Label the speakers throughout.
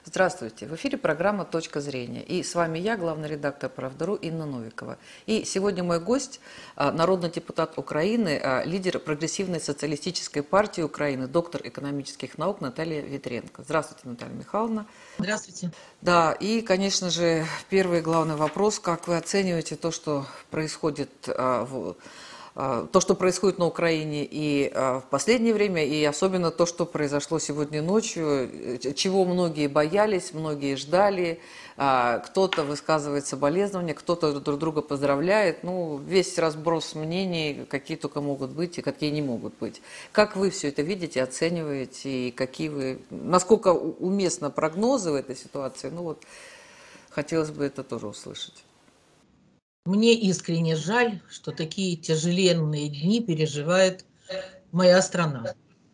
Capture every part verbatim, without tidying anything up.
Speaker 1: Здравствуйте! В эфире программа «Точка зрения». И с вами я, главный редактор «Правдару» Инна Новикова. И сегодня мой гость, народный депутат Украины, лидер прогрессивной социалистической партии Украины, доктор экономических наук Наталья Ветренко. Здравствуйте, Наталья Михайловна.
Speaker 2: Здравствуйте.
Speaker 1: Да, и, конечно же, первый главный вопрос. Как вы оцениваете то, что происходит в то, что происходит на Украине и в последнее время, и особенно то, что произошло сегодня ночью, чего многие боялись, многие ждали, кто-то высказывает соболезнования, кто-то друг друга поздравляет, ну, весь разброс мнений, какие только могут быть и какие не могут быть. Как вы все это видите, оцениваете, и какие вы, насколько уместны прогнозы в этой ситуации, ну вот, хотелось бы это тоже услышать.
Speaker 2: Мне искренне жаль, что такие тяжеленные дни переживает моя страна.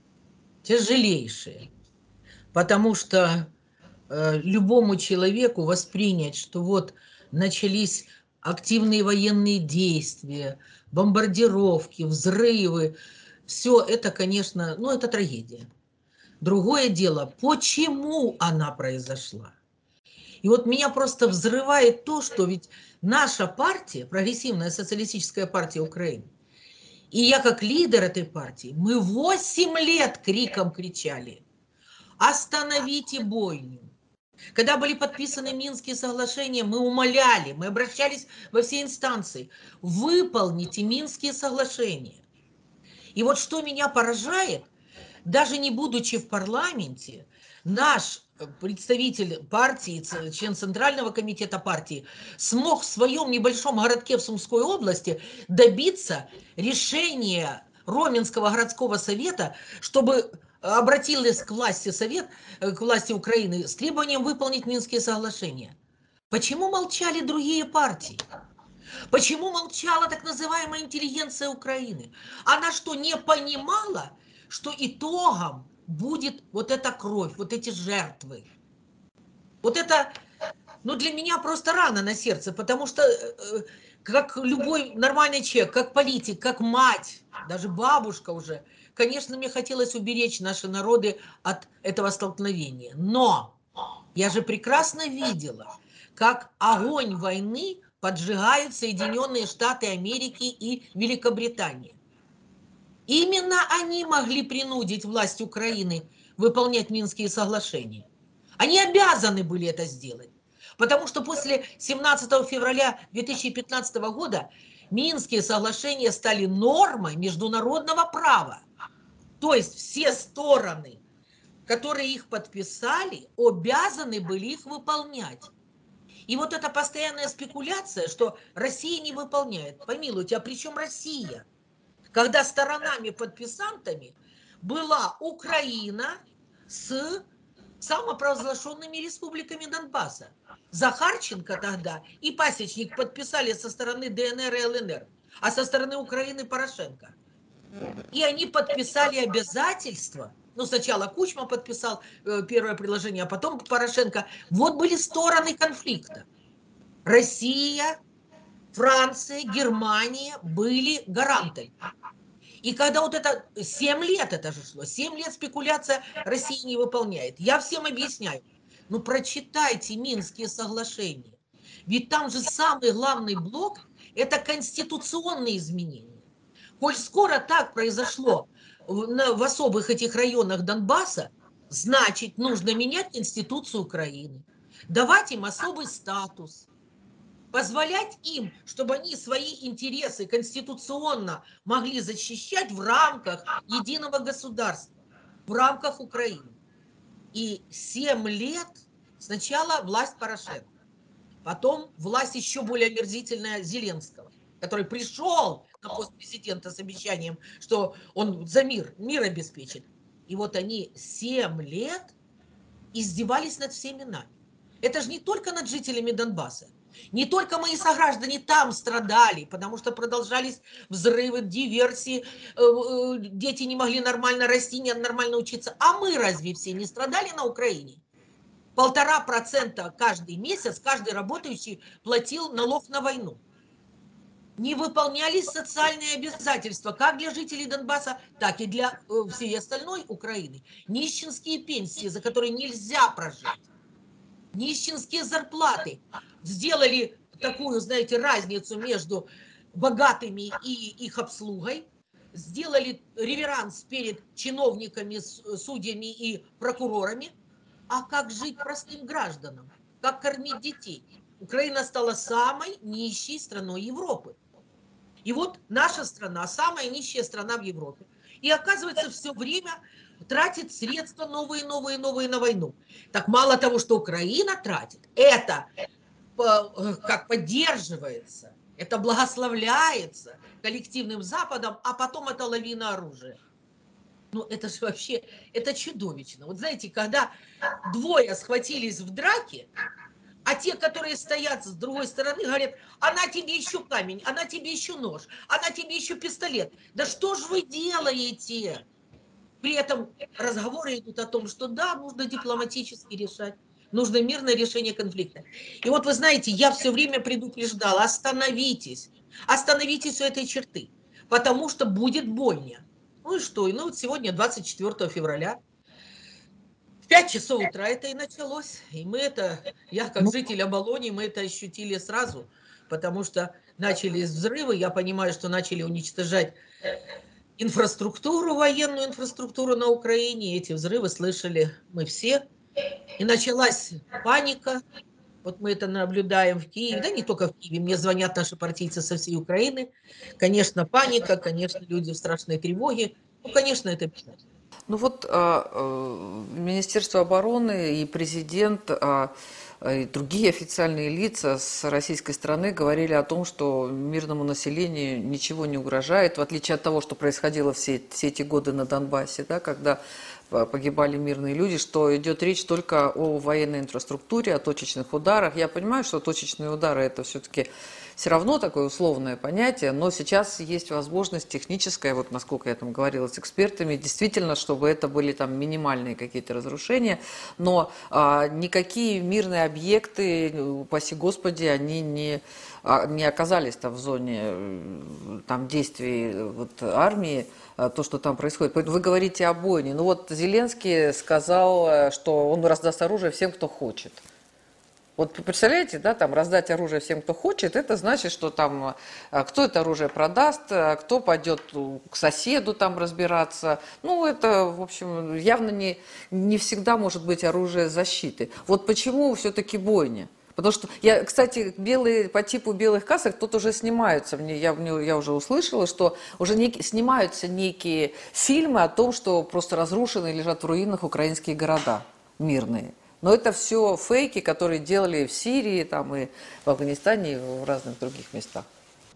Speaker 2: Тяжелейшие. Потому что э, любому человеку воспринять, что вот начались активные военные действия, бомбардировки, взрывы, все это, конечно, ну это трагедия. Другое дело, почему она произошла? И вот меня просто взрывает то, что ведь наша партия, Прогрессивная социалистическая партия Украины, и я как лидер этой партии, мы восемь лет криком кричали: остановите бойню. Когда были подписаны Минские соглашения, мы умоляли, мы обращались во все инстанции: выполните Минские соглашения. И вот что меня поражает, даже не будучи в парламенте, наш представитель партии, член Центрального комитета партии, смог в своем небольшом городке в Сумской области добиться решения Роменского городского совета, чтобы обратились к власти Совет, к власти Украины с требованием выполнить Минские соглашения. Почему молчали другие партии? Почему молчала так называемая интеллигенция Украины? Она что, не понимала, что итогом будет вот эта кровь, вот эти жертвы? Вот это, ну, для меня просто рана на сердце, потому что как любой нормальный человек, как политик, как мать, даже бабушка уже, конечно, мне хотелось уберечь наши народы от этого столкновения. Но я же прекрасно видела, как огонь войны поджигают Соединенные Штаты Америки и Великобритания. Именно они могли принудить власть Украины выполнять Минские соглашения. Они обязаны были это сделать. Потому что после семнадцатого февраля две тысячи пятнадцатого года Минские соглашения стали нормой международного права. То есть все стороны, которые их подписали, обязаны были их выполнять. И вот эта постоянная спекуляция, что Россия не выполняет. Помилуйте, а при чем Россия? Когда сторонами-подписантами была Украина с самопровозглашенными республиками Донбасса. Захарченко тогда и Пасечник подписали со стороны ДНР и ЛНР, а со стороны Украины Порошенко. И они подписали обязательства. Ну, сначала Кучма подписал э, первое предложение, а потом Порошенко. Вот были стороны конфликта. Россия, Франция, Германия были гарантами. И когда вот это семь лет это же шло, семь лет спекуляция России не выполняет. Я всем объясняю, ну прочитайте Минские соглашения. Ведь там же самый главный блок – это конституционные изменения. Коль скоро так произошло в, в особых этих районах Донбасса, значит, нужно менять Конституцию Украины, давать им особый статус, позволять им, чтобы они свои интересы конституционно могли защищать в рамках единого государства, в рамках Украины. И семь лет сначала власть Порошенко, потом власть еще более омерзительная Зеленского, который пришел на пост президента с обещанием, что он за мир, мир обеспечит. И вот они семь лет издевались над всеми нами. Это же не только над жителями Донбасса. Не только мои сограждане там страдали, потому что продолжались взрывы, диверсии, дети не могли нормально расти, не нормально учиться. А мы разве все не страдали на Украине? Полтора процента каждый месяц каждый работающий платил налог на войну. Не выполнялись социальные обязательства как для жителей Донбасса, так и для всей остальной Украины. Нищенские пенсии, за которые нельзя прожить. нищенские зарплаты. Сделали такую, знаете, разницу между богатыми и их обслугой, сделали реверанс перед чиновниками, судьями и прокурорами. А как жить простым гражданам? Как кормить детей? Украина стала самой нищей страной Европы. И вот наша страна, самая нищая страна в Европе. И оказывается, все время тратит средства новые, новые, новые на войну. Так мало того, что Украина тратит, это как поддерживается, это благословляется коллективным Западом, а потом это лавина оружия. Ну, это же вообще, это чудовищно. Вот знаете, когда двое схватились в драке, а те, которые стоят с другой стороны, говорят, она тебе еще камень, она тебе еще нож, она тебе еще пистолет. Да что же вы делаете? При этом разговоры идут о том, что да, нужно дипломатически решать, нужно мирное решение конфликта. И вот вы знаете, я все время предупреждала, остановитесь, остановитесь у этой черты, потому что будет больно. Ну и что? И ну вот сегодня двадцать четвёртого февраля, в пять часов утра это и началось. И мы это, я как житель Оболони, мы это ощутили сразу, потому что начались взрывы, я понимаю, что начали уничтожать инфраструктуру, военную инфраструктуру на Украине. Эти взрывы слышали мы все. И началась паника. Вот мы это наблюдаем в Киеве, да не только в Киеве, мне звонят наши партийцы со всей Украины. Конечно, паника, конечно, люди в страшной тревоге. Ну, конечно, это беда.
Speaker 1: Ну вот а, а, Министерство обороны и президент, а, и другие официальные лица с российской стороны говорили о том, что мирному населению ничего не угрожает, в отличие от того, что происходило все, все эти годы на Донбассе, да, когда погибали мирные люди, что идет речь только о военной инфраструктуре, о точечных ударах. Я понимаю, что точечные удары – это все-таки все равно такое условное понятие, но сейчас есть возможность техническая, вот насколько я там говорила с экспертами, действительно, чтобы это были там минимальные какие-то разрушения, но а, никакие мирные объекты, упаси Господи, они не, а, не оказались там в зоне там, действий вот, армии, то, что там происходит. Вы говорите о бойне. Ну вот Зеленский сказал, что он раздаст оружие всем, кто хочет. Вот представляете, да, там раздать оружие всем, кто хочет, это значит, что там кто это оружие продаст, кто пойдет к соседу там разбираться. Ну, это, в общем, явно не, не всегда может быть оружие защиты. Вот почему все-таки бойня? Потому что, я, кстати, белые, по типу белых касок тут уже снимаются, мне, я, мне, я уже услышала, что уже не, снимаются некие фильмы о том, что просто разрушены и лежат в руинах украинские города мирные. Но это все фейки, которые делали в Сирии, там, и в Афганистане, и в разных других местах.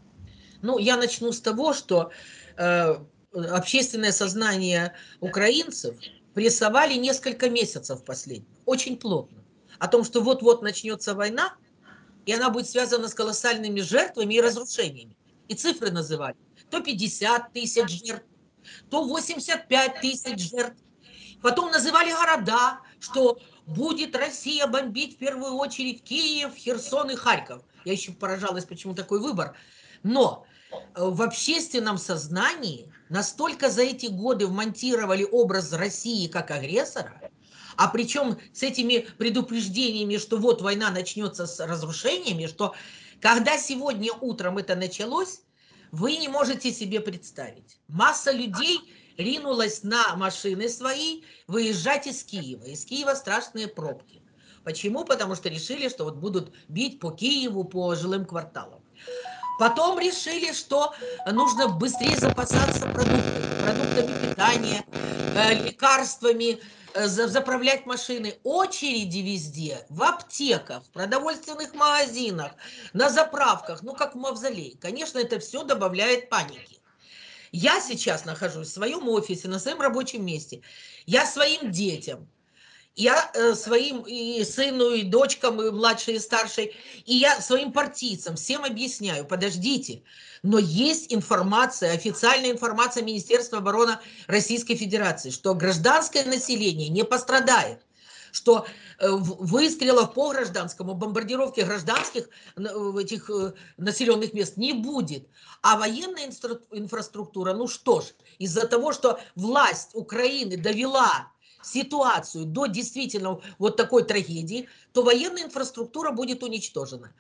Speaker 2: Ну, я начну с того, что э, общественное сознание украинцев прессовали несколько месяцев последних, очень плотно, о том, что вот-вот начнется война, и она будет связана с колоссальными жертвами и разрушениями. И цифры называли. То пятьдесят тысяч жертв, то восемьдесят пять тысяч жертв. Потом называли города, что будет Россия бомбить в первую очередь Киев, Херсон и Харьков. Я еще поражалась, почему такой выбор. Но в общественном сознании настолько за эти годы вмонтировали образ России как агрессора, а причем с этими предупреждениями, что вот война начнется с разрушениями, что когда сегодня утром это началось, вы не можете себе представить. Масса людей ринулась на машины свои выезжать из Киева. Из Киева страшные пробки. Почему? Потому что решили, что вот будут бить по Киеву, по жилым кварталам. Потом решили, что нужно быстрее запасаться продуктами, продуктами питания, лекарствами, заправлять машины. Очереди везде, в аптеках, в продовольственных магазинах, на заправках, ну как в мавзолее. Конечно, это все добавляет паники. Я сейчас нахожусь в своем офисе, на своем рабочем месте. Я своим детям, я э, своим и сыну, и дочкам, и младшей, и старшей, и я своим партийцам всем объясняю, подождите, но есть информация, официальная информация Министерства обороны Российской Федерации, что гражданское население не пострадает, что э, выстрелов по гражданскому, бомбардировки гражданских э, этих э, населенных мест не будет. А военная инфра инфраструктура, ну что ж, из-за того, что власть Украины довела ситуацию до действительно вот такой трагедии, то военная инфраструктура будет уничтожена.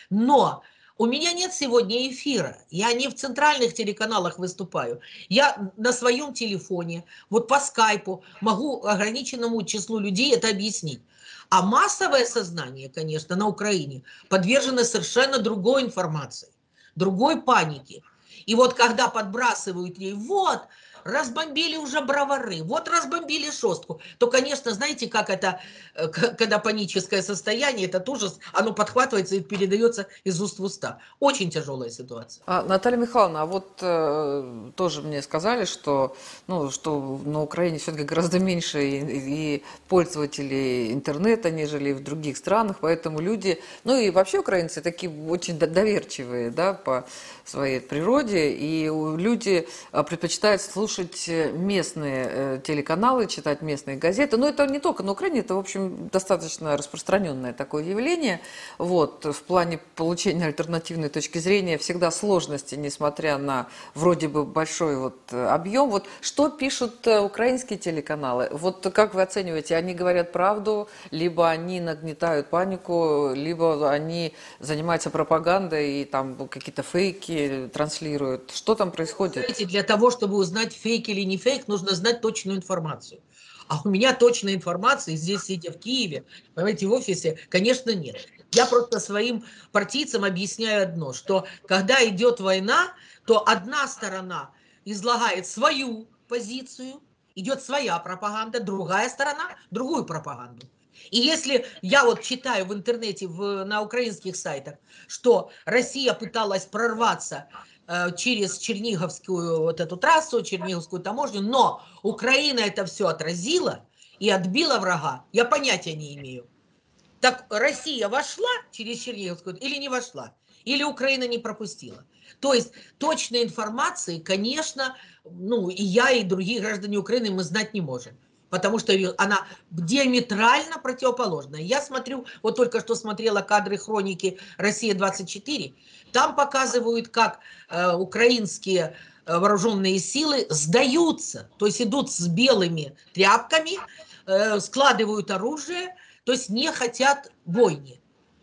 Speaker 2: Но у меня нет сегодня эфира, я не в центральных телеканалах выступаю, я на своем телефоне, вот по скайпу могу ограниченному числу людей это объяснить. А массовое сознание, конечно, на Украине подвержено совершенно другой информации, другой панике. И вот когда подбрасывают ей, вот, разбомбили уже Бровары, вот разбомбили Шостку, то, конечно, знаете, как это, когда паническое состояние, этот ужас, оно подхватывается и передается из уст в уста. Очень тяжелая ситуация.
Speaker 1: А, Наталья Михайловна, а вот э, тоже мне сказали, что, ну, что на Украине все-таки гораздо меньше и, и пользователей интернета, нежели в других странах, поэтому люди, ну и вообще украинцы такие очень доверчивые, да, по своей природе, и люди предпочитают слушать местные телеканалы, читать местные газеты. Но это не только на Украине, это, в общем, достаточно распространенное такое явление. Вот, в плане получения альтернативной точки зрения всегда сложности, несмотря на вроде бы большой вот объем. Вот что пишут украинские телеканалы? Вот как вы оцениваете, они говорят правду, либо они нагнетают панику, либо они занимаются пропагандой и там какие-то фейки транслируют? Что там происходит?
Speaker 2: Знаете, для того, чтобы узнать, фейк или не фейк, нужно знать точную информацию. А у меня точной информации здесь, сидя в Киеве, понимаете, в офисе, конечно, нет. Я просто своим партийцам объясняю одно, что когда идет война, то одна сторона излагает свою позицию, идет своя пропаганда, другая сторона другую пропаганду. И если я вот читаю в интернете, в, на украинских сайтах, что Россия пыталась прорваться э, через Черниговскую вот эту трассу, Черниговскую таможню, но Украина это все отразила и отбила врага, я понятия не имею. Так Россия вошла через Черниговскую или не вошла? Или Украина не пропустила? То есть точной информации, конечно, ну и я, и другие граждане Украины мы знать не можем. Потому что она диаметрально противоположная. Я смотрю, вот только что смотрела кадры хроники «Россия-двадцать четыре». Там показывают, как э, украинские э, вооруженные силы сдаются. То есть идут с белыми тряпками, э, складывают оружие, то есть не хотят бойни.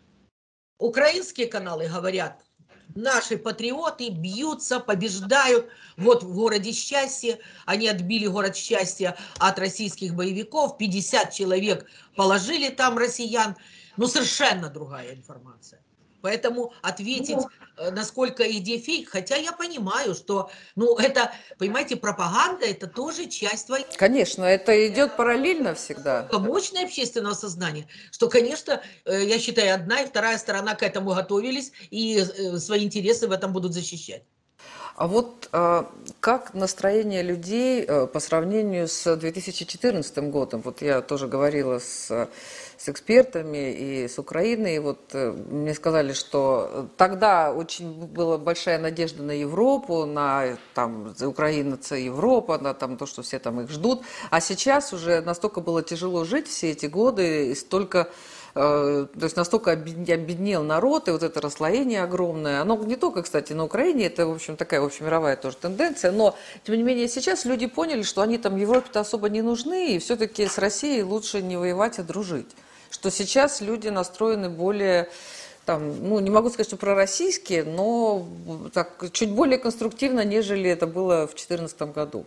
Speaker 2: Украинские каналы говорят, наши патриоты бьются, побеждают. Вот в городе Счастье, они отбили город Счастье от российских боевиков, пятьдесят человек положили там россиян. Ну, совершенно другая информация. Поэтому ответить, насколько идея фейк, хотя я понимаю, что, ну, это, понимаете, пропаганда, это тоже часть войны.
Speaker 1: Конечно, это идет параллельно всегда.
Speaker 2: Мощное общественного сознания, что, конечно, я считаю, одна и вторая сторона к этому готовились и свои интересы в этом будут защищать.
Speaker 1: А вот э, как настроение людей э, по сравнению с две тысячи четырнадцатым годом? Вот я тоже говорила с, с экспертами и с Украиной, и вот э, мне сказали, что тогда очень была большая надежда на Европу, на там Украина, это Европа, на там, то, что все там их ждут. А сейчас уже настолько было тяжело жить все эти годы, и столько... То есть настолько обеднел народ, и вот это расслоение огромное, оно не только, кстати, на Украине, это, в общем, такая общемировая тоже тенденция, но, тем не менее, сейчас люди поняли, что они там Европе-то особо не нужны, и все-таки с Россией лучше не воевать, а дружить. Что сейчас люди настроены более, там, ну, не могу сказать, что пророссийские, но так, чуть более конструктивно, нежели это было в две тысячи четырнадцатом году.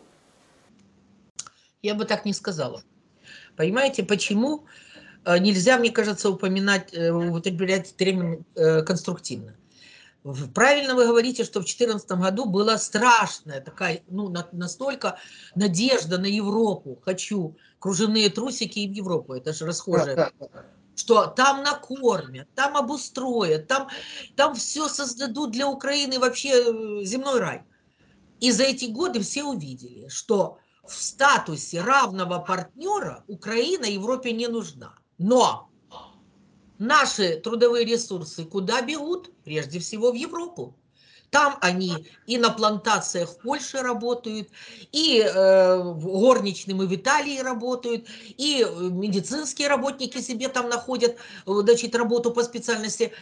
Speaker 2: Я бы так не сказала. Понимаете, почему? Нельзя, мне кажется, упоминать, употреблять термин конструктивно. Правильно вы говорите, что в две тысячи четырнадцатом году была страшная такая, ну, настолько надежда на Европу. Хочу кружевные трусики и в Европу, это же расхожее. Да, да, да. Что там накормят, там обустроят, там, там все создадут для Украины вообще земной рай. И за эти годы все увидели, что в статусе равного партнера Украина Европе не нужна. Но наши трудовые ресурсы куда бегут? Прежде всего в Европу. Там они и на плантациях в Польше работают, и э, горничным и в Италии работают, и медицинские работники себе там находят, значит, работу по специальности.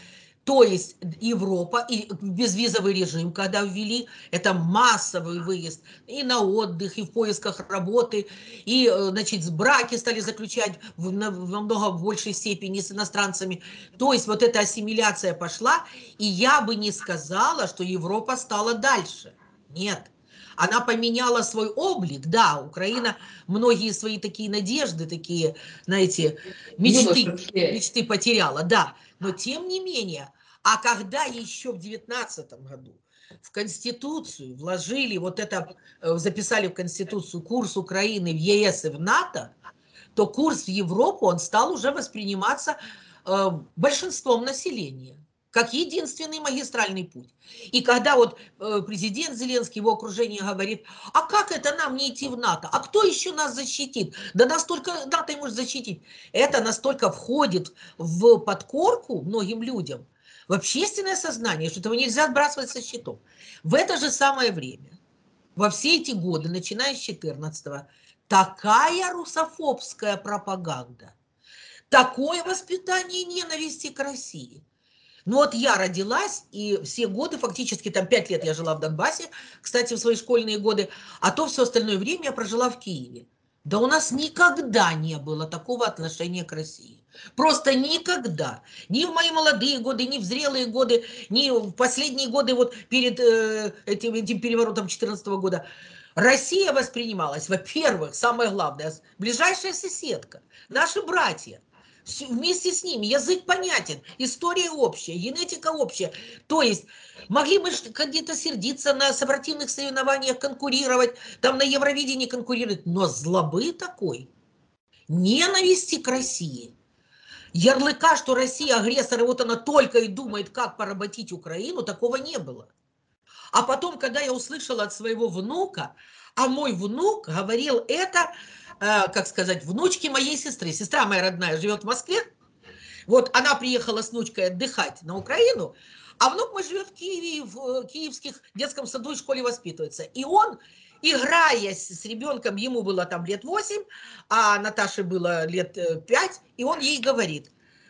Speaker 2: То есть Европа и безвизовый режим, когда ввели, это массовый выезд и на отдых, и в поисках работы, и, значит, браки стали заключать в, на, во много большей степени с иностранцами. То есть вот эта ассимиляция пошла, и я бы не сказала, что Европа стала дальше. Нет. Она поменяла свой облик, да, Украина многие свои такие надежды, такие, знаете, мечты, мечты потеряла, да, но тем не менее, а когда еще в девятнадцатом году в Конституцию вложили вот это, записали в Конституцию курс Украины в ЕС и в НАТО, то курс в Европу, он стал уже восприниматься э, большинством населения как единственный магистральный путь. И когда вот э, президент Зеленский, его окружение говорит, а как это нам не идти в НАТО? А кто еще нас защитит? Да настолько НАТО и может защитить. Это настолько входит в подкорку многим людям, в общественное сознание, что этого нельзя сбрасывать со счетов. В это же самое время, во все эти годы, начиная с четырнадцатого, такая русофобская пропаганда, такое воспитание ненависти к России. Ну вот я родилась, и все годы, фактически там пять лет я жила в Донбассе, кстати, в свои школьные годы, а то все остальное время я прожила в Киеве. Да у нас никогда не было такого отношения к России. Просто никогда. Ни в мои молодые годы, ни в зрелые годы, ни в последние годы, вот перед э, этим, этим переворотом четырнадцатого года. Россия воспринималась, во-первых, самое главное, ближайшая соседка, наши братья. Вместе с ними язык понятен, история общая, генетика общая. То есть могли бы где-то сердиться на спортивных соревнованиях, конкурировать, там на Евровидении конкурировать, но злобы такой, ненависти к России, ярлыка, что Россия агрессор, и вот она только и думает, как поработить Украину, такого не было. А потом, когда я услышала от своего внука, а мой внук говорил это, э, как сказать, внучке моей сестры. Сестра моя родная живет в Москве. Вот она приехала с внучкой отдыхать на Украину, а внук мой живет в Киеве, в киевских детском саду и школе воспитывается. И он, играя с, с ребенком, ему было там лет восемь, а Наташе было лет пять, и он ей говорит,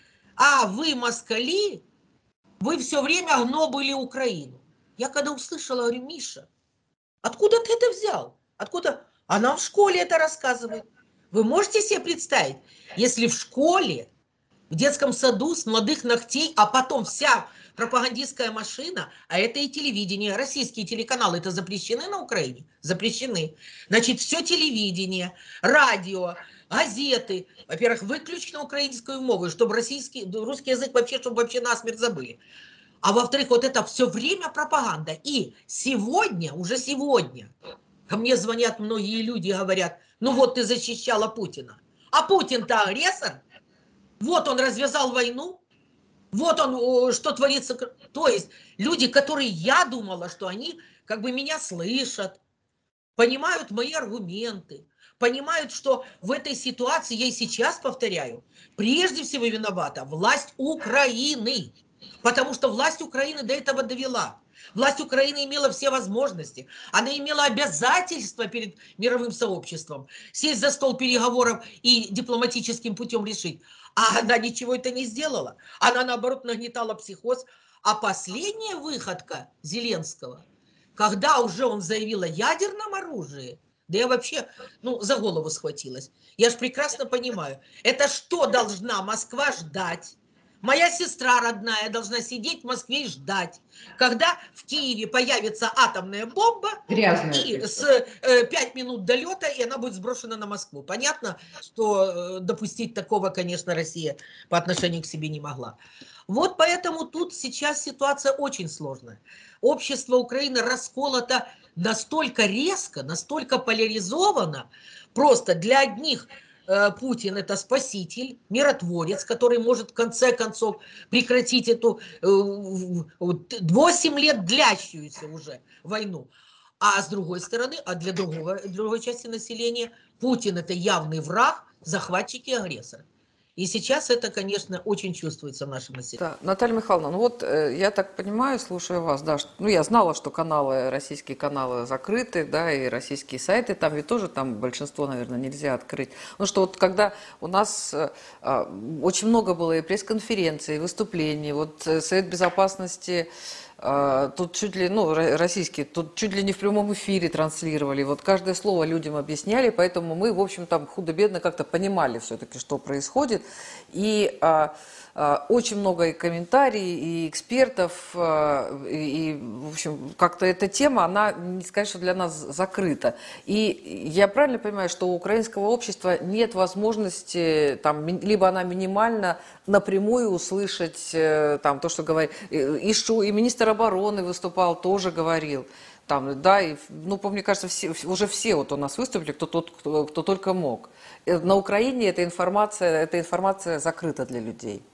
Speaker 2: а вы, москали, вы все время гнобили Украину. Я когда услышала, говорю, Миша, откуда ты это взял? Откуда? А нам в школе это рассказывают. Вы можете себе представить, если в школе, в детском саду с молодых ногтей, а потом вся пропагандистская машина, а это и телевидение, российские телеканалы, это запрещены на Украине? Запрещены. Значит, все телевидение, радио, газеты, во-первых, выключено украинскую мову, чтобы российский, русский язык вообще, чтобы вообще насмерть забыли. А во-вторых, вот это все время пропаганда. И сегодня, уже сегодня, ко мне звонят многие люди и говорят, ну вот ты защищала Путина. А Путин-то агрессор. Вот он развязал войну. Вот он, что творится. То есть люди, которые я думала, что они как бы меня слышат, понимают мои аргументы, понимают, что в этой ситуации, я и сейчас повторяю, прежде всего виновата власть Украины. Потому что власть Украины до этого довела. Власть Украины имела все возможности. Она имела обязательства перед мировым сообществом сесть за стол переговоров и дипломатическим путем решить. А она ничего это не сделала. Она, наоборот, нагнетала психоз. А последняя выходка Зеленского, когда уже он заявил о ядерном оружии, да я вообще, ну, за голову схватилась. Я же прекрасно понимаю, это что должна Москва ждать? Моя сестра родная должна сидеть в Москве и ждать, когда в Киеве появится атомная бомба, грязная, и с э, пять минут до лета, и она будет сброшена на Москву. Понятно, что э, допустить такого, конечно, Россия по отношению к себе не могла. Вот поэтому тут сейчас ситуация очень сложная. Общество Украины расколото настолько резко, настолько поляризовано, просто для одних Путин это спаситель, миротворец, который может в конце концов прекратить эту восемь лет длящуюся уже войну. А с другой стороны, а для другого, другой части населения Путин это явный враг, захватчик и агрессор. И сейчас это, конечно, очень чувствуется в нашем населении.
Speaker 1: Да, Наталья Михайловна, ну вот э, я так понимаю, слушая вас, да, что, ну я знала, что каналы, российские каналы закрыты, да, и российские сайты, там ведь тоже там большинство, наверное, нельзя открыть. Ну что вот когда у нас э, э, очень много было и пресс-конференций, и выступлений, вот э, Совет Безопасности, э, тут чуть ли, ну, российские, тут чуть ли не в прямом эфире транслировали, вот каждое слово людям объясняли, поэтому мы, в общем, там худо-бедно как-то понимали все-таки, что происходит, и... Э, очень много и комментариев, и экспертов, и, в общем, как-то эта тема, она, не сказать, что для нас закрыта. И я правильно понимаю, что у украинского общества нет возможности, там, либо она минимальна, напрямую услышать там, то, что говорит. И, Шу, и министр обороны выступал, тоже говорил. Там, да, и, ну, мне кажется, все, уже все вот у нас выступили, кто, тот, кто, кто только мог. На Украине эта информация, эта информация закрыта для людей.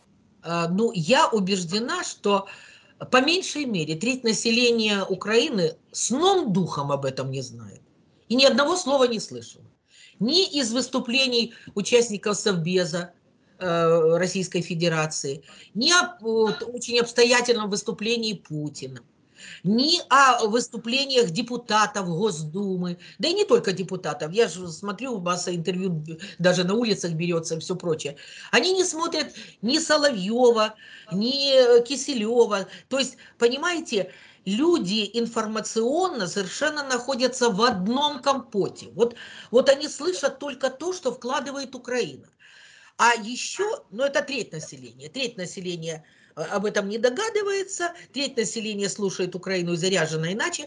Speaker 2: Ну, я убеждена, что по меньшей мере треть населения Украины сном духом об этом не знает. И ни одного слова не слышал. Ни из выступлений участников Совбеза э, Российской Федерации, ни о вот, очень обстоятельном выступлении Путина, ни о выступлениях депутатов Госдумы, да и не только депутатов, я же смотрю, масса интервью даже на улицах берется и все прочее. Они не смотрят ни Соловьева, ни Киселева. То есть, понимаете, люди информационно совершенно находятся в одном компоте. Вот, вот они слышат только то, что вкладывает Украина. А еще, ну это треть населения, треть населения об этом не догадывается, треть населения слушает Украину и заряжена иначе.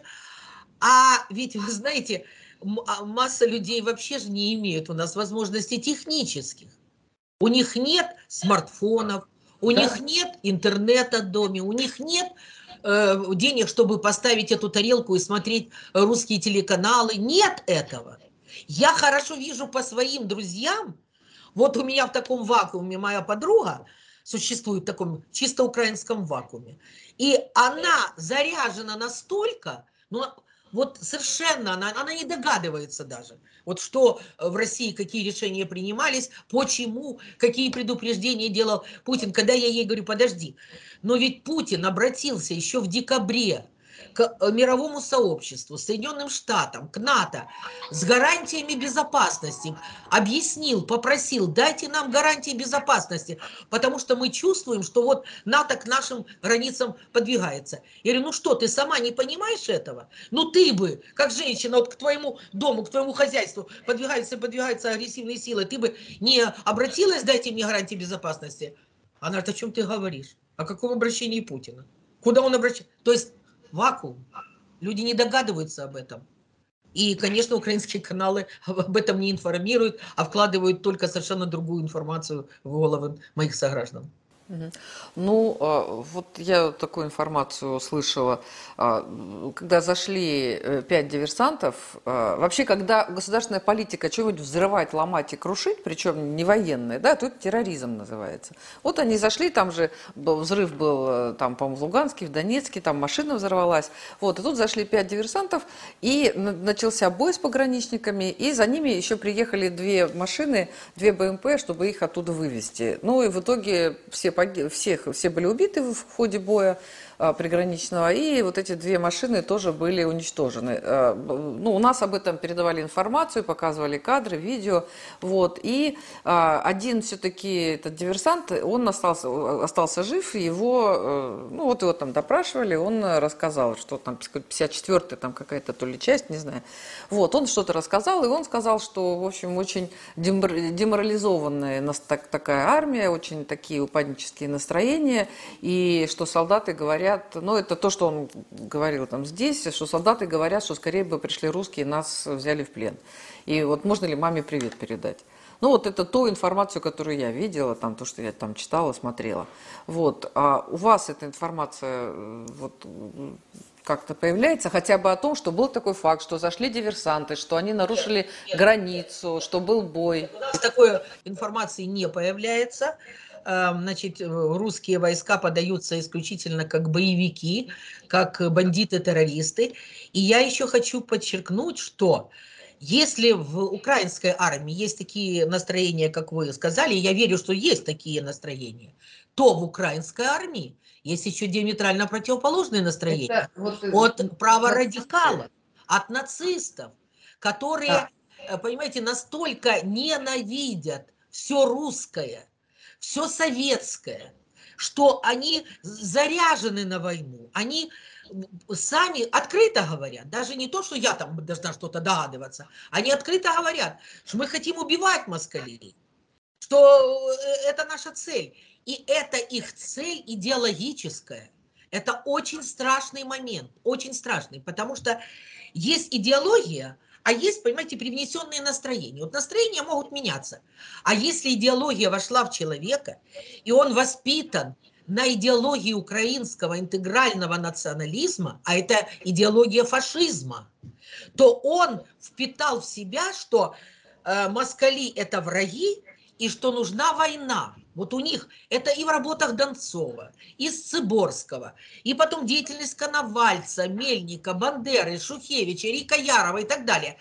Speaker 2: А ведь, вы знаете, масса людей вообще же не имеют у нас возможностей технических. У них нет смартфонов, у да. них нет интернета в доме, у них нет э, денег, чтобы поставить эту тарелку и смотреть русские телеканалы. Нет этого. Я хорошо вижу по своим друзьям. Вот у меня в таком вакууме моя подруга существует в таком чисто украинском вакууме. И она заряжена настолько, ну, вот совершенно, она, она не догадывается даже, вот что в России, какие решения принимались, почему, какие предупреждения делал Путин. Когда я ей говорю, подожди, но ведь Путин обратился еще в декабре к мировому сообществу, Соединенным Штатам, к НАТО с гарантиями безопасности, объяснил, попросил, дайте нам гарантии безопасности, потому что мы чувствуем, что вот НАТО к нашим границам подвигается. Я говорю, ну что, ты сама не понимаешь этого? Ну ты бы, как женщина, вот к твоему дому, к твоему хозяйству подвигаются, подвигаются агрессивные силы, ты бы не обратилась, дайте мне гарантии безопасности? Она говорит, о чем ты говоришь? О каком обращении Путина? Куда он обращается? То есть вакуум. Люди не догадываются об этом. И, конечно, украинские каналы об этом не информируют, а вкладывают только совершенно другую информацию в головы моих сограждан.
Speaker 1: Ну, вот я такую информацию слышала, когда зашли пять диверсантов, вообще, когда государственная политика что-нибудь взрывать, ломать и крушить, причем не военная, да, то это терроризм называется. Вот они зашли, там же был, взрыв был, там, по-моему, в Луганске, в Донецке, там машина взорвалась, вот, и тут зашли пять диверсантов, и начался бой с пограничниками, и за ними еще приехали две машины, две БМП, чтобы их оттуда вывести. Ну, и в итоге все Всех, все были убиты в ходе боя а, приграничного, и вот эти две машины тоже были уничтожены. А, ну, у нас об этом передавали информацию, показывали кадры, видео. Вот, и а, один все-таки, этот диверсант, он остался, остался жив, его, ну вот его там допрашивали, он рассказал, что там пятьдесят четвёртая там какая-то то ли часть, не знаю. Вот, он что-то рассказал, и он сказал, что, в общем, очень деморализованная такая армия, очень такие упаднические настроения, и что солдаты говорят, ну это то, что он говорил там здесь, что солдаты говорят, что скорее бы пришли русские и нас взяли в плен. И вот можно ли маме привет передать? Ну вот это ту информацию, которую я видела, там то, что я там читала, смотрела. Вот, а у вас эта информация вот как-то появляется, хотя бы о том, что был такой факт, что зашли диверсанты, что они нарушили нет, нет, границу, нет. Что был бой?
Speaker 2: У нас такой информации не появляется. Значит, русские войска подаются исключительно как боевики, как бандиты-террористы. И я еще хочу подчеркнуть, что Если в украинской армии есть такие настроения, как вы сказали, я верю, что есть такие настроения, то в украинской армии есть еще диаметрально противоположные настроения
Speaker 1: Это вот э,
Speaker 2: от
Speaker 1: нацисты.
Speaker 2: праворадикалов, от нацистов, которые,
Speaker 1: Да.
Speaker 2: э, понимаете, настолько ненавидят все русское, все советское, что они заряжены на войну. Они сами открыто говорят, даже не то, что я там должна что-то догадываться, они открыто говорят, что мы хотим убивать москалей, что это наша цель. И это их цель идеологическая. Это очень страшный момент, очень страшный, потому что есть идеология, а есть, понимаете, привнесенные настроения. Вот настроения могут меняться. А если идеология вошла в человека, и он воспитан на идеологии украинского интегрального национализма, а это идеология фашизма, то он впитал в себя, что э, москали – это враги, и что нужна война. Вот у них это и в работах Донцова, и Сцеборского, и потом деятельность Коновальца, Мельника, Бандеры, Шухевича, Рика Ярова и так далее.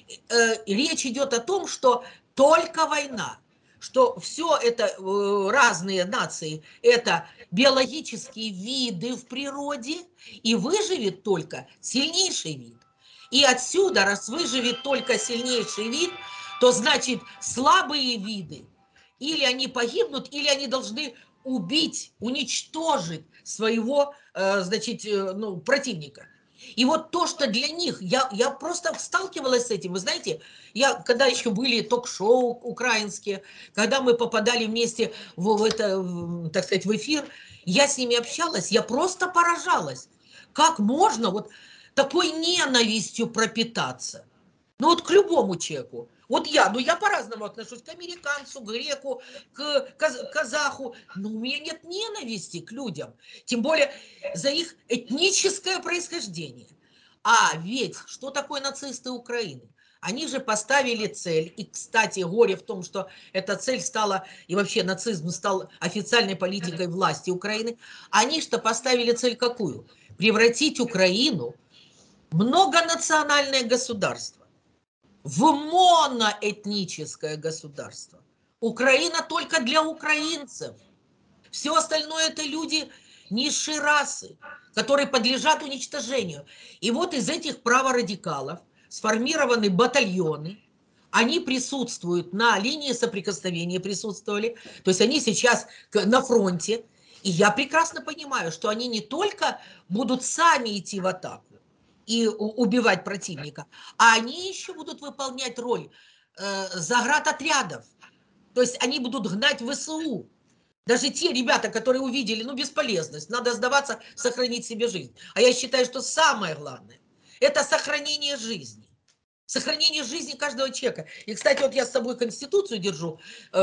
Speaker 2: Э, речь идет о том, что только война, что все это э, разные нации, это биологические виды в природе, и выживет только сильнейший вид. И отсюда, раз выживет только сильнейший вид, то значит слабые виды или они погибнут, или они должны убить, уничтожить своего, э, значит, э, ну, противника. И вот то, что для них, я, я просто сталкивалась с этим, вы знаете, я, когда еще были ток-шоу украинские, когда мы попадали вместе в, в это, в, так сказать, в эфир, я с ними общалась, я просто поражалась, как можно вот такой ненавистью пропитаться. Ну вот к любому человеку. Вот я, ну я по-разному отношусь к американцу, к греку, к казаху, но у меня нет ненависти к людям, тем более за их этническое происхождение. А ведь что такое нацисты Украины? Они же поставили цель, и, кстати, горе в том, что эта цель стала, и вообще нацизм стал официальной политикой власти Украины, они что поставили цель какую? Превратить Украину в многонациональное государство, в моноэтническое государство. Украина только для украинцев. Все остальное это люди низшей расы, которые подлежат уничтожению. И вот из этих праворадикалов сформированы батальоны, они присутствуют на линии соприкосновения, присутствовали, то есть они сейчас на фронте, и я прекрасно понимаю, что они не только будут сами идти в атаку и убивать противника, а они еще будут выполнять роль э, заградотрядов, то есть они будут гнать ВСУ. Даже те ребята, которые увидели, ну, бесполезность, надо сдаваться, сохранить себе жизнь. А я считаю, что самое главное – это сохранение жизни. Сохранение жизни каждого человека. И, кстати, вот я с собой Конституцию держу, э,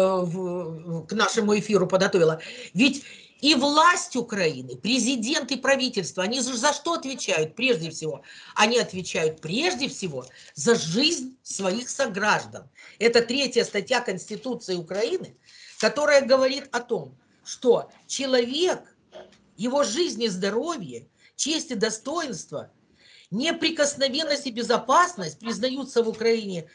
Speaker 2: в, к нашему эфиру подготовила. Ведь и власть Украины, президент и правительство, они за что отвечают прежде всего? Они отвечают прежде всего за жизнь своих сограждан. Это третья статья Конституции Украины, которая говорит о том, что человек, его жизнь и здоровье, честь и достоинство, неприкосновенность и безопасность признаются в Украине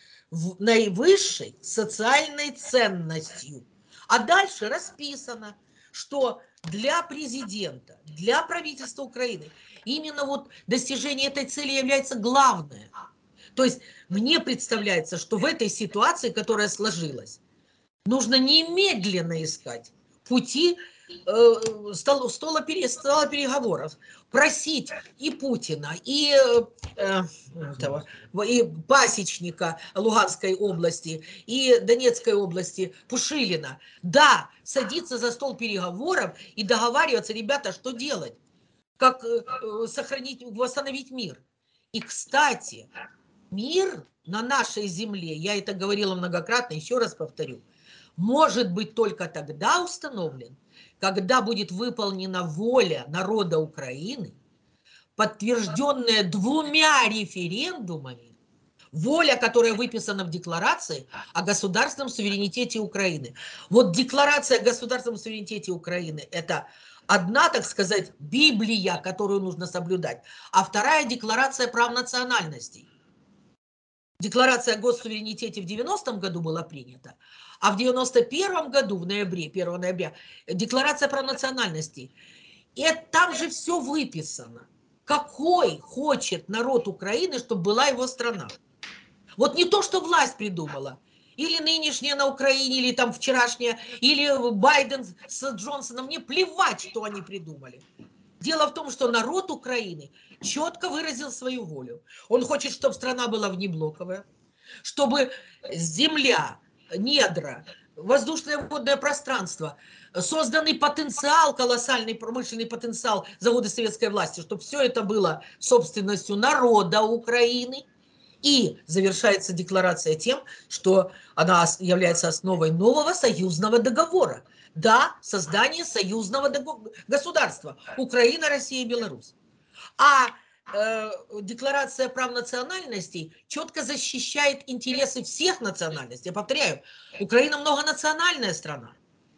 Speaker 2: наивысшей социальной ценностью. А дальше расписано, что для президента, для правительства Украины именно вот достижение этой цели является главное. То есть мне представляется, что в этой ситуации, которая сложилась, нужно немедленно искать пути э, стола, стола, стола переговоров, просить и Путина, и, э, этого, и Пасечника Луганской области, и Донецкой области, Пушилина, да, садиться за стол переговоров и договариваться, ребята, что делать, как э, сохранить, восстановить мир. И, кстати, мир на нашей земле, я это говорила многократно, еще раз повторю, может быть только тогда установлен, когда будет выполнена воля народа Украины, подтвержденная двумя референдумами, воля, которая выписана в Декларации о государственном суверенитете Украины. Вот Декларация о государственном суверенитете Украины – это одна, так сказать, Библия, которую нужно соблюдать, а вторая – Декларация прав национальностей. Декларация о госсуверенитете в девяностом году была принята, а в девяносто первом году, в ноябре, первого ноября, декларация про национальности. И там же все выписано. Какой хочет народ Украины, чтобы была его страна. Вот не то, что власть придумала, или нынешняя на Украине, или там вчерашняя, или Байден с Джонсоном, мне плевать, что они придумали. Дело в том, что народ Украины четко выразил свою волю. Он хочет, чтобы страна была внеблоковая, чтобы земля, недра, воздушное водное пространство, созданный потенциал, колоссальный промышленный потенциал за годы советской власти, чтобы все это было собственностью народа Украины. И завершается декларация тем, что она является основой нового союзного договора. Да, создание союзного государства. Украина, Россия и Беларусь. А э, декларация прав национальностей четко защищает интересы всех национальностей. Я повторяю, Украина многонациональная страна.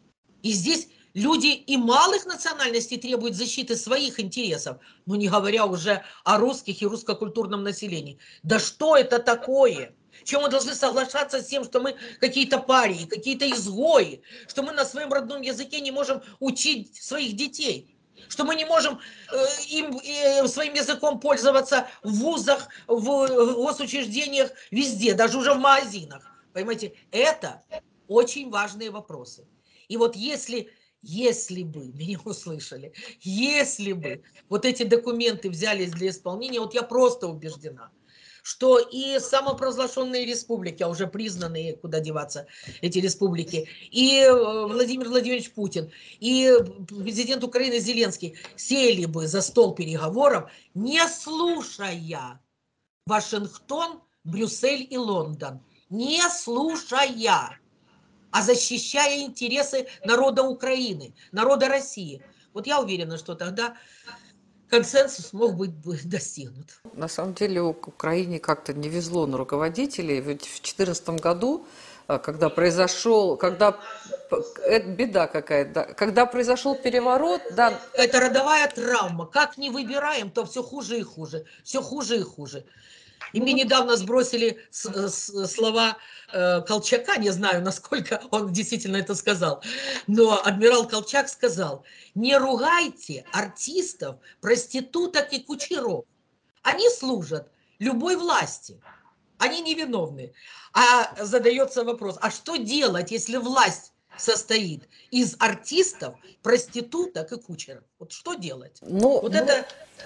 Speaker 2: И здесь люди и малых национальностей требуют защиты своих интересов, но не говоря уже о русских и русско-культурном населении. Да что это такое? Чем мы должны соглашаться с тем, что мы какие-то парии, какие-то изгои, что мы на своем родном языке не можем учить своих детей, что мы не можем э, им, э, своим языком пользоваться в вузах, в госучреждениях, везде, даже уже в магазинах. Понимаете, это очень важные вопросы. И вот если, если бы, меня услышали, если бы вот эти документы взялись для исполнения, вот я просто убеждена, что и самопровозглашенные республики, а уже признанные, куда деваться, эти республики, и Владимир Владимирович Путин, и президент Украины Зеленский сели бы за стол переговоров, не слушая Вашингтон, Брюссель и Лондон, не слушая, а защищая интересы народа Украины, народа России. Вот я уверена, что тогда консенсус мог быть достигнут.
Speaker 1: На самом деле Украине как-то не везло на руководителей. Ведь в две тысячи четырнадцатом году, когда произошел, когда это беда какая-то, да, когда произошел переворот, да.
Speaker 2: Это родовая травма. Как не выбираем, то все хуже и хуже, все хуже и хуже. И мне недавно сбросили с, с, слова э, Колчака, не знаю, насколько он действительно это сказал, но адмирал Колчак сказал: не ругайте артистов, проституток и кучеров. Они служат любой власти, они невиновны. А задается вопрос, а что делать, если власть состоит из артистов, проституток и кучеров? Вот что делать?
Speaker 1: Ну,
Speaker 2: вот
Speaker 1: ну...
Speaker 2: это...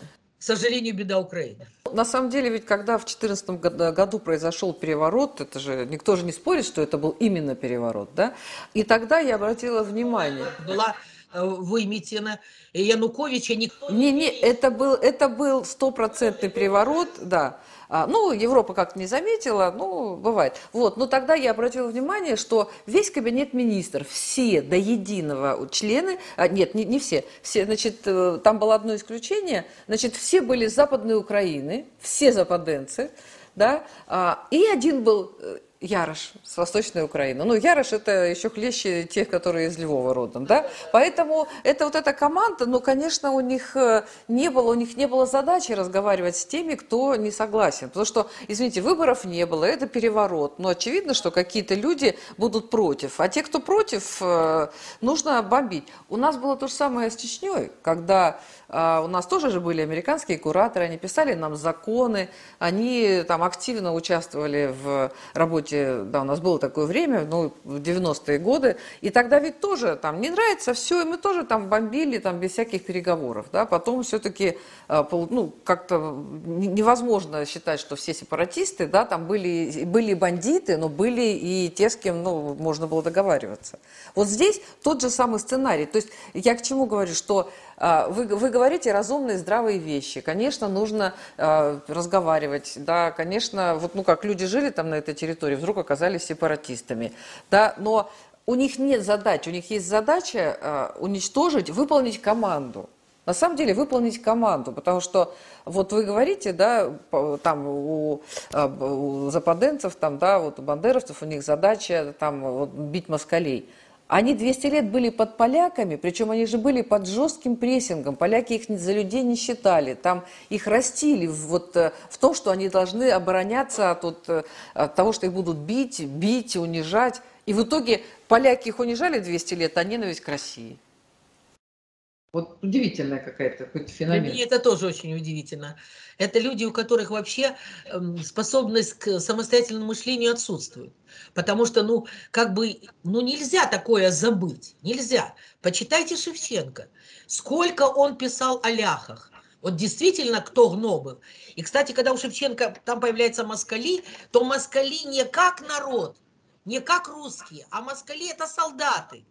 Speaker 2: К сожалению, беда Украины.
Speaker 1: На самом деле, ведь когда в две тысячи четырнадцатом году произошел переворот, это же никто же не спорит, что это был именно переворот, да? И тогда я обратила внимание.
Speaker 2: Была выметена Януковича. Не,
Speaker 1: не, не, это был, это был стопроцентный переворот, да. А, ну, Европа как-то не заметила, ну, бывает. Вот, но тогда я обратила внимание, что весь кабинет министров, все до единого члены, а, нет, не, не все, все, значит, там было одно исключение, значит, все были с Западной Украины, все западенцы, да, а, и один был Ярош с Восточной Украины. Ну, Ярош это еще хлеще тех, которые из Львова родом, да. Поэтому это вот эта команда, ну, конечно, у них не было, у них не было задачи разговаривать с теми, кто не согласен. Потому что, извините, выборов не было, это переворот. Но очевидно, что какие-то люди будут против. А те, кто против, нужно бомбить. У нас было то же самое с Чечней, когда у нас тоже же были американские кураторы, они писали нам законы, они там активно участвовали в работе. Да, у нас было такое время, ну, в девяностые годы, и тогда ведь тоже там не нравится все, и мы тоже там бомбили, там, без всяких переговоров, да, потом все-таки, ну, как-то невозможно считать, что все сепаратисты, да, там были, были бандиты, но были и те, с кем, ну, можно было договариваться. Вот здесь тот же самый сценарий, то есть я к чему говорю, что Вы, вы говорите разумные, здравые вещи. Конечно, нужно э, разговаривать. Да, конечно, вот, ну, как люди жили там на этой территории, вдруг оказались сепаратистами. Да, но у них нет задач. У них есть задача э, уничтожить, выполнить команду. На самом деле выполнить команду, потому что вот вы говорите, да, там у, у западенцев, там, да, вот у бандеровцев у них задача там вот, бить москалей. Они двести лет были под поляками, причем они же были под жестким прессингом. Поляки их за людей не считали. Там их растили вот в том, что они должны обороняться от, вот, от того, что их будут бить, бить, унижать. И в итоге поляки их унижали двести лет, а ненависть к России. Вот удивительная какая-то какой-то феномен.
Speaker 2: Для меня это тоже очень удивительно. Это люди, у которых вообще способность к самостоятельному мышлению отсутствует. Потому что, ну, как бы, ну, нельзя такое забыть. Нельзя. Почитайте Шевченко. Сколько он писал о ляхах. Вот действительно, кто гнобы. И, кстати, когда у Шевченко там появляются москали, то москали не как народ, не как русские, а москали это солдаты.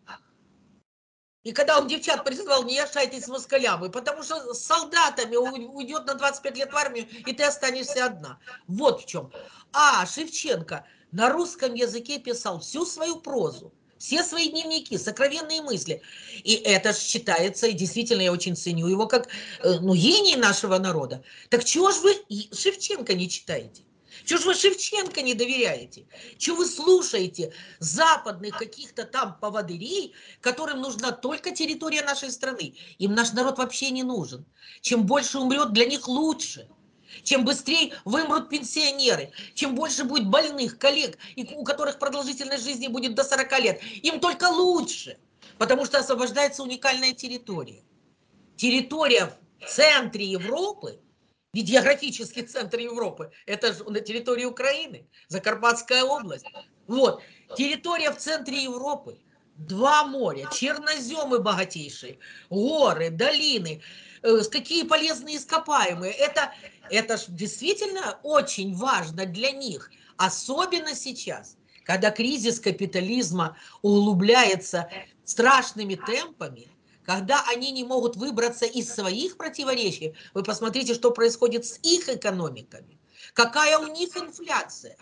Speaker 2: И когда он девчат призывал, не яшайтесь с москалями, потому что с солдатами уйдет на двадцать пять лет в армию, и ты останешься одна. Вот в чем. А Шевченко на русском языке писал всю свою прозу, все свои дневники, сокровенные мысли. И это считается, и действительно я очень ценю его как ну, гений нашего народа. Так чего же вы Шевченко не читаете? Чего же вы Шевченко не доверяете? Чего вы слушаете западных каких-то там поводырей, которым нужна только территория нашей страны? Им наш народ вообще не нужен. Чем больше умрет, для них лучше. Чем быстрее вымрут пенсионеры, чем больше будет больных коллег, у которых продолжительность жизни будет до сорока лет, им только лучше, потому что освобождается уникальная территория. Территория в центре Европы, ведь географический центр Европы, это же на территории Украины, Закарпатская область. Вот, территория в центре Европы, два моря, черноземы богатейшие, горы, долины, э, какие полезные ископаемые. Это, это ж действительно очень важно для них, особенно сейчас, когда кризис капитализма углубляется страшными темпами, когда они не могут выбраться из своих противоречий. Вы посмотрите, что происходит с их экономиками. Какая у них инфляция.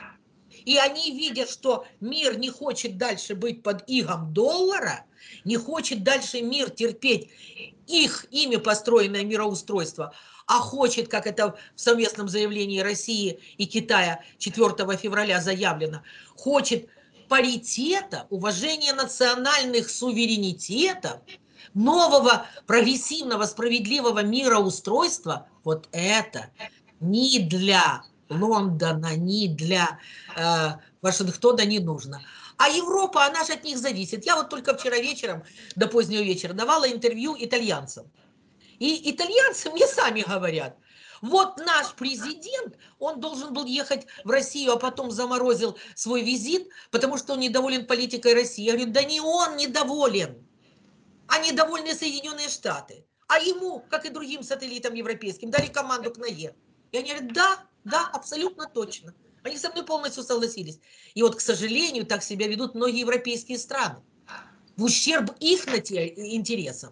Speaker 2: И они видят, что мир не хочет дальше быть под игом доллара, не хочет дальше мир терпеть их ими построенное мироустройство, а хочет, как это в совместном заявлении России и Китая четвёртого февраля заявлено, хочет паритета, уважения национальных суверенитетов, нового прогрессивного справедливого мироустройства. Вот это ни для Лондона, ни для э, Вашингтона не нужно. А Европа, она же от них зависит. Я вот только вчера вечером, до позднего вечера, давала интервью итальянцам. И итальянцы мне сами говорят, вот наш президент, он должен был ехать в Россию, а потом заморозил свой визит, потому что он недоволен политикой России. Я говорю, да не он недоволен, а недовольны Соединенные Штаты. А ему, как и другим сателлитам европейским, дали команду к ноге. И они говорят, да, да, абсолютно точно. Они со мной полностью согласились. И вот, к сожалению, так себя ведут многие европейские страны. В ущерб их интересам.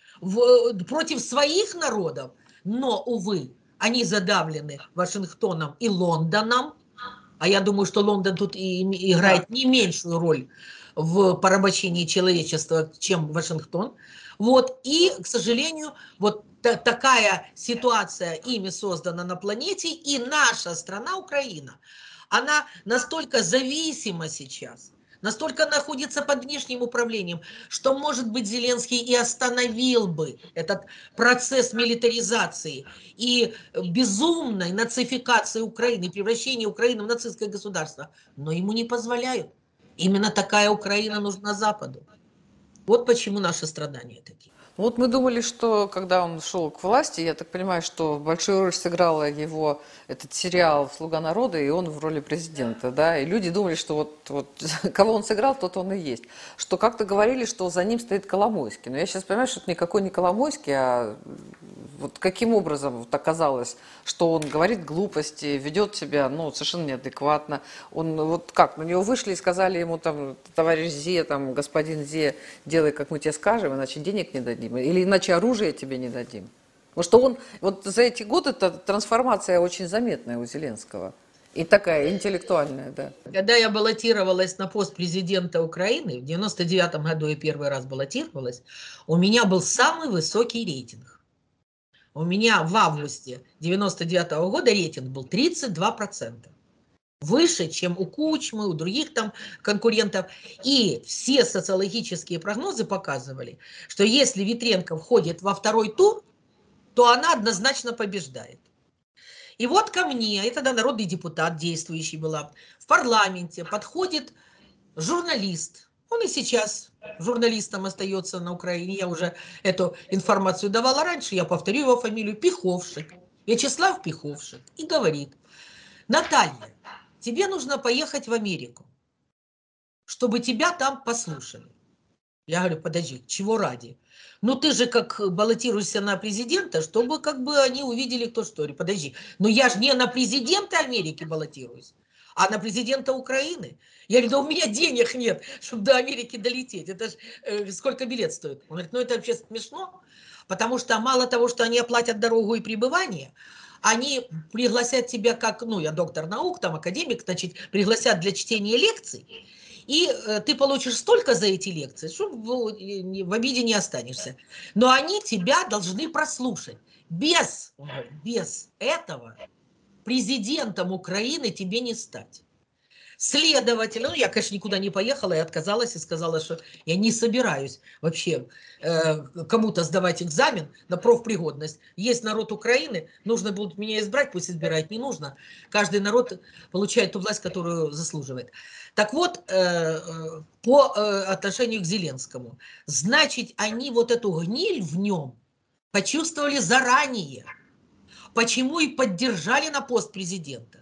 Speaker 2: В, против своих народов. Но, увы, они задавлены Вашингтоном и Лондоном. А я думаю, что Лондон тут и играет не меньшую роль в порабощении человечества, чем Вашингтон. Вот. И, к сожалению, вот та такая ситуация ими создана на планете, и наша страна, Украина, она настолько зависима сейчас, настолько находится под внешним управлением, что, может быть, Зеленский и остановил бы этот процесс милитаризации и безумной нацификации Украины, превращения Украины в нацистское государство. Но ему не позволяют. Именно такая Украина нужна Западу. Вот почему наши страдания такие.
Speaker 1: Вот мы думали, что когда он шел к власти, я так понимаю, что большую роль сыграла его этот сериал «Слуга народа», и он в роли президента, да, и люди думали, что вот, вот кого он сыграл, тот он и есть. Что как-то говорили, что за ним стоит Коломойский, но я сейчас понимаю, что это никакой не Коломойский, а вот каким образом вот оказалось, что он говорит глупости, ведет себя, ну, совершенно неадекватно. Он вот как, на него вышли и сказали ему, там, товарищ Зе, там, господин Зе, делай, как мы тебе скажем, иначе денег не дадим, или иначе оружие тебе не дадим. Потому что он, вот за эти годы эта трансформация очень заметная у Зеленского. И такая интеллектуальная, да.
Speaker 2: Когда я баллотировалась на пост президента Украины, в девяносто девятом году я первый раз баллотировалась, у меня был самый высокий рейтинг. У меня в августе девяносто девятого года рейтинг был тридцать два процента. выше, чем у Кучмы, у других там конкурентов. И все социологические прогнозы показывали, что если Ветренко входит во второй тур, то она однозначно побеждает. И вот ко мне, я тогда народный депутат действующий была, в парламенте подходит журналист. Он и сейчас журналистом остается на Украине. Я уже эту информацию давала раньше, я повторю его фамилию, Пиховшик. Вячеслав Пиховшик. И говорит: Наталья, тебе нужно поехать в Америку, чтобы тебя там послушали. Я говорю: подожди, чего ради? Ну ты же как баллотируешься на президента, чтобы как бы они увидели, кто что. Я говорю: подожди, но я же не на президента Америки баллотируюсь, а на президента Украины. Я говорю: да у меня денег нет, чтобы до Америки долететь. Это ж э, сколько билет стоит? Он говорит: ну это вообще смешно, потому что мало того, что они оплатят дорогу и пребывание, они пригласят тебя как, ну я доктор наук, там академик, значит, пригласят для чтения лекций, и э, ты получишь столько за эти лекции, что в, в обиде не останешься. Но они тебя должны прослушать. Без, он говорит, без этого президентом Украины тебе не стать. Следовательно, ну я, конечно, никуда не поехала и отказалась, и сказала, что я не собираюсь вообще э, кому-то сдавать экзамен на профпригодность. Есть народ Украины, нужно будет меня избрать, пусть избирает, не нужно. Каждый народ получает ту власть, которую заслуживает. Так вот, э, по э, отношению к Зеленскому, значит, они вот эту гниль в нем почувствовали заранее, почему и поддержали на пост президента.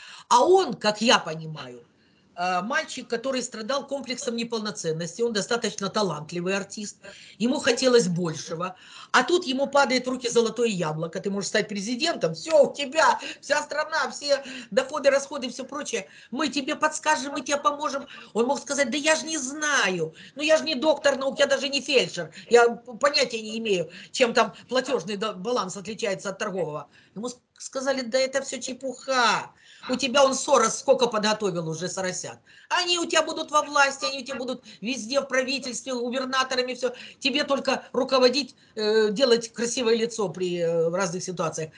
Speaker 2: А он, как я понимаю, мальчик, который страдал комплексом неполноценности, он достаточно талантливый артист, ему хотелось большего, а тут ему падает в руки золотое яблоко, ты можешь стать президентом, все, у тебя вся страна, все доходы, расходы, все прочее, мы тебе подскажем, мы тебе поможем. Он мог сказать: да я же не знаю, ну я же не доктор наук, я даже не фельдшер, я понятия не имею, чем там платежный баланс отличается от торгового. Ему сказали: да это все чепуха. У тебя он Сорос сколько подготовил уже соросят. Они у тебя будут во власти, они у тебя будут везде в правительстве, губернаторами, все. Тебе только руководить, э, делать красивое лицо при э, разных ситуациях.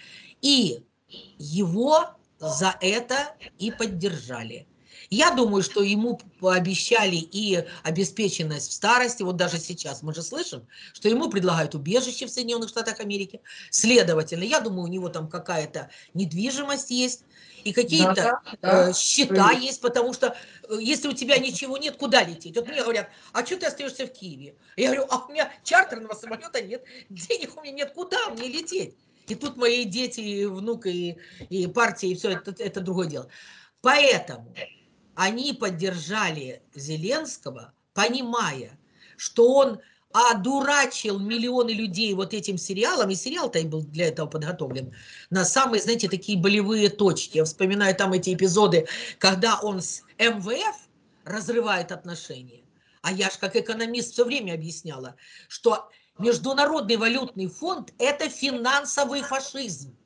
Speaker 2: И его за это и поддержали. Я думаю, что ему пообещали и обеспеченность в старости. Вот даже сейчас мы же слышим, что ему предлагают убежище в Соединенных Штатах Америки. Следовательно, я думаю, у него там какая-то недвижимость есть и какие-то да, да, э, счета да. есть, потому что э, если у тебя ничего нет, куда лететь? Вот мне говорят: а что ты остаешься в Киеве? Я говорю: а у меня чартерного самолета нет, денег у меня нет, куда мне лететь? И тут мои дети, и внук, и, и партия, и все, это, это другое дело. Поэтому они поддержали Зеленского, понимая, что он одурачил миллионы людей вот этим сериалом, и сериал-то и был для этого подготовлен, на самые, знаете, такие болевые точки. Я вспоминаю там эти эпизоды, когда он с эм вэ эф разрывает отношения. А я же как экономист все время объясняла, что Международный валютный фонд – это финансовый фашизм.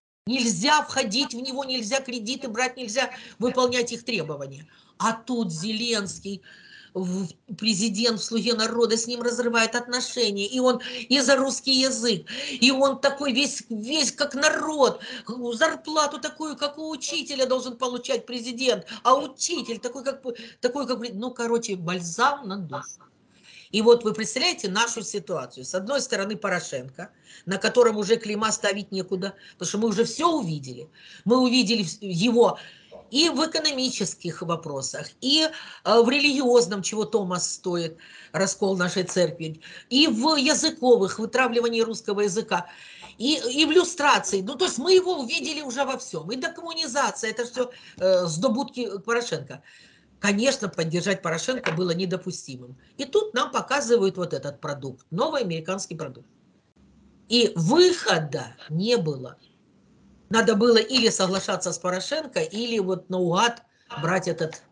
Speaker 2: Нельзя входить в него, нельзя кредиты брать, нельзя выполнять их требования. А тут Зеленский, президент в «Слуге народа», с ним разрывает отношения, и он и за русский язык, и он такой весь, весь как народ, зарплату такую, как у учителя должен получать президент, а учитель такой, как, такой, как, ну, короче, бальзам на душу. И вот вы представляете нашу ситуацию. С одной стороны Порошенко, на котором уже клейма ставить некуда, потому что мы уже все увидели. Мы увидели его и в экономических вопросах, и в религиозном, чего Томас стоит, раскол нашей церкви, и в языковых, вытравливании русского языка, и, и в люстрации. Ну, то есть мы его увидели уже во всем. И декоммунизация, это все э, сдобудки Порошенко. Конечно, поддержать Порошенко было недопустимым. И тут нам показывают вот этот продукт, новый американский продукт. И выхода не было. Надо было или соглашаться с Порошенко, или вот наугад брать этот...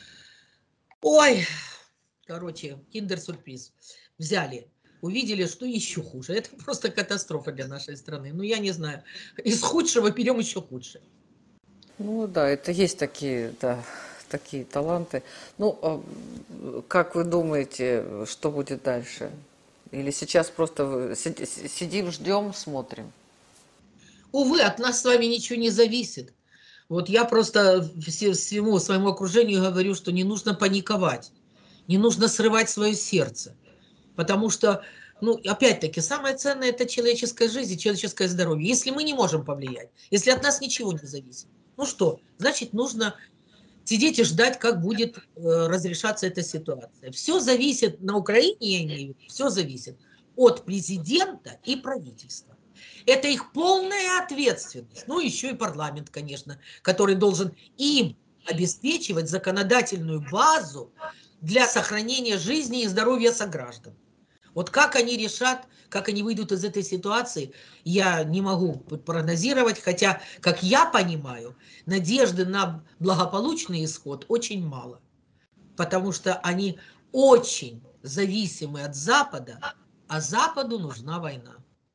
Speaker 2: Ой, короче, киндер-сюрприз. Взяли, увидели, что еще хуже. Это просто катастрофа для нашей страны. Ну, я не знаю. Из худшего берем еще худшее.
Speaker 1: Ну, да, это есть такие, да... такие таланты. Ну, как вы думаете, что будет дальше? Или сейчас просто сидим, ждем, смотрим?
Speaker 2: Увы, от нас с вами ничего не зависит. Вот я просто все- всему своему окружению говорю, что не нужно паниковать, не нужно срывать свое сердце, потому что, ну, опять-таки, самое ценное – это человеческая жизнь и человеческое здоровье. Если мы не можем повлиять, если от нас ничего не зависит, ну что, значит, нужно сидеть и ждать, как будет э, разрешаться эта ситуация. Все зависит, на Украине, я имею в виду, все зависит от президента и правительства. Это их полная ответственность. Ну, еще и парламент, конечно, который должен им обеспечивать законодательную базу для сохранения жизни и здоровья сограждан. Вот как они решат, как они выйдут из этой ситуации, я не могу прогнозировать, хотя, как я понимаю, надежды на благополучный исход очень мало, потому что они очень зависимы от Запада, а Западу нужна война.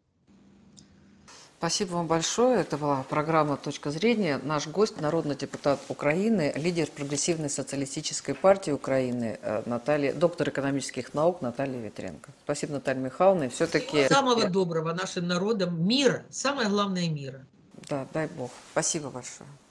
Speaker 1: Спасибо вам большое. Это была программа «Точка зрения». Наш гость – народный депутат Украины, лидер прогрессивной социалистической партии Украины, Наталья, доктор экономических наук Наталья Ветренко. Спасибо, Наталья Михайловна. И все-таки...
Speaker 2: Самого доброго нашим народам мира, самое главное мира.
Speaker 1: Да, дай Бог. Спасибо большое.